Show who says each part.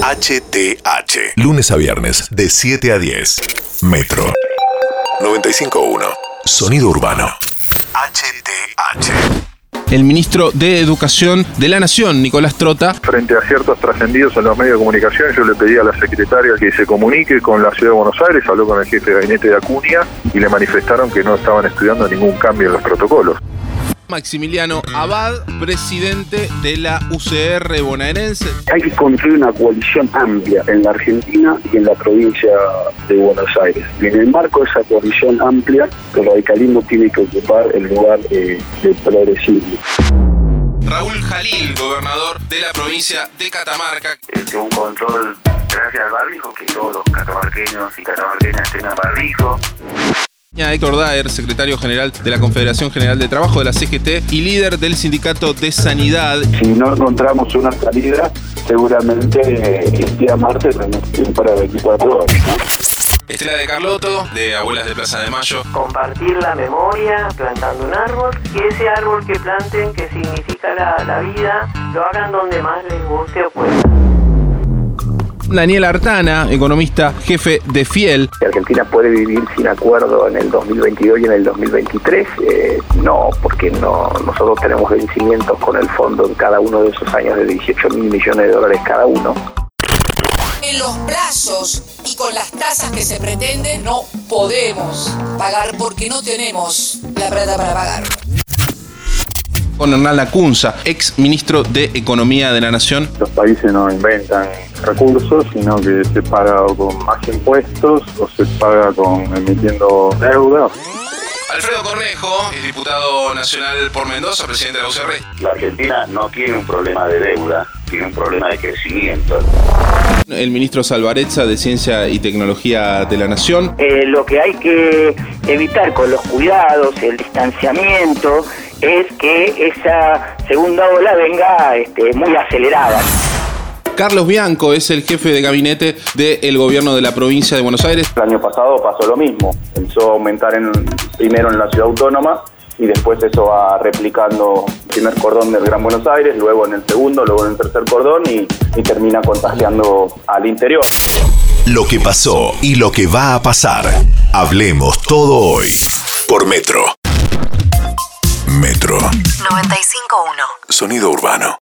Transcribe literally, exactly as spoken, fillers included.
Speaker 1: H T H. Lunes a viernes, de siete a diez. Metro noventa y cinco punto uno. Sonido urbano. H T H.
Speaker 2: El ministro de Educación de la Nación, Nicolás Trota.
Speaker 3: Frente a ciertos trascendidos en los medios de comunicación, yo le pedí a la secretaria que se comunique con la Ciudad de Buenos Aires, habló con el jefe de gabinete de Acuña y le manifestaron que no estaban estudiando ningún cambio en los protocolos.
Speaker 2: Maximiliano Abad, presidente de la U C R bonaerense.
Speaker 4: Hay que construir una coalición amplia en la Argentina y en la provincia de Buenos Aires. Y en el marco de esa coalición amplia, el radicalismo tiene que ocupar el lugar eh, del progresismo.
Speaker 2: Raúl Jalil, gobernador de la provincia de Catamarca.
Speaker 5: Este, un control gracias al barbijo, que todos los catamarqueños y catamarqueñas tengan barbijo.
Speaker 2: Héctor Daer, secretario general de la Confederación General de Trabajo de la C G T y líder del Sindicato de Sanidad.
Speaker 4: Si no encontramos una salida, seguramente eh, el día martes tenemos tiempo para veinticuatro horas, ¿no?
Speaker 2: Estela de Carlotto, de Abuelas de Plaza de Mayo.
Speaker 6: Compartir la memoria plantando un árbol, y ese árbol que planten, que significa la, la vida, lo hagan donde más les guste o pueda.
Speaker 2: Daniel Artana, economista, jefe de Fiel.
Speaker 7: ¿Argentina puede vivir sin acuerdo en el dos mil veintidós y en el dos mil veintitrés? Eh, no, porque no, nosotros tenemos vencimientos con el fondo en cada uno de esos años de dieciocho mil millones de dólares cada uno.
Speaker 8: En los plazos y con las tasas que se pretenden no podemos pagar porque no tenemos la plata para pagar.
Speaker 2: Con Hernán Lacunza, ex ministro de Economía de la Nación.
Speaker 9: Los países no inventan recursos, sino que se paga con más impuestos o se paga con emitiendo deuda.
Speaker 2: Alfredo Cornejo, es diputado nacional por Mendoza, presidente de la U C R.
Speaker 5: La Argentina no tiene un problema de deuda, tiene un problema de crecimiento.
Speaker 2: El ministro Salvarezza, de Ciencia y Tecnología de la Nación.
Speaker 10: Eh, lo que hay que evitar con los cuidados, el distanciamiento, es que esa segunda ola venga este, muy acelerada.
Speaker 2: Carlos Bianco es el jefe de gabinete del gobierno de la provincia de Buenos Aires.
Speaker 9: El año pasado pasó lo mismo, empezó a aumentar en, primero en la ciudad autónoma y después eso va replicando el primer cordón del Gran Buenos Aires, luego en el segundo, luego en el tercer cordón y, y termina contagiando al interior.
Speaker 1: Lo que pasó y lo que va a pasar. Hablemos todo hoy por Metro. Metro
Speaker 8: noventa y cinco punto uno.
Speaker 1: Sonido urbano.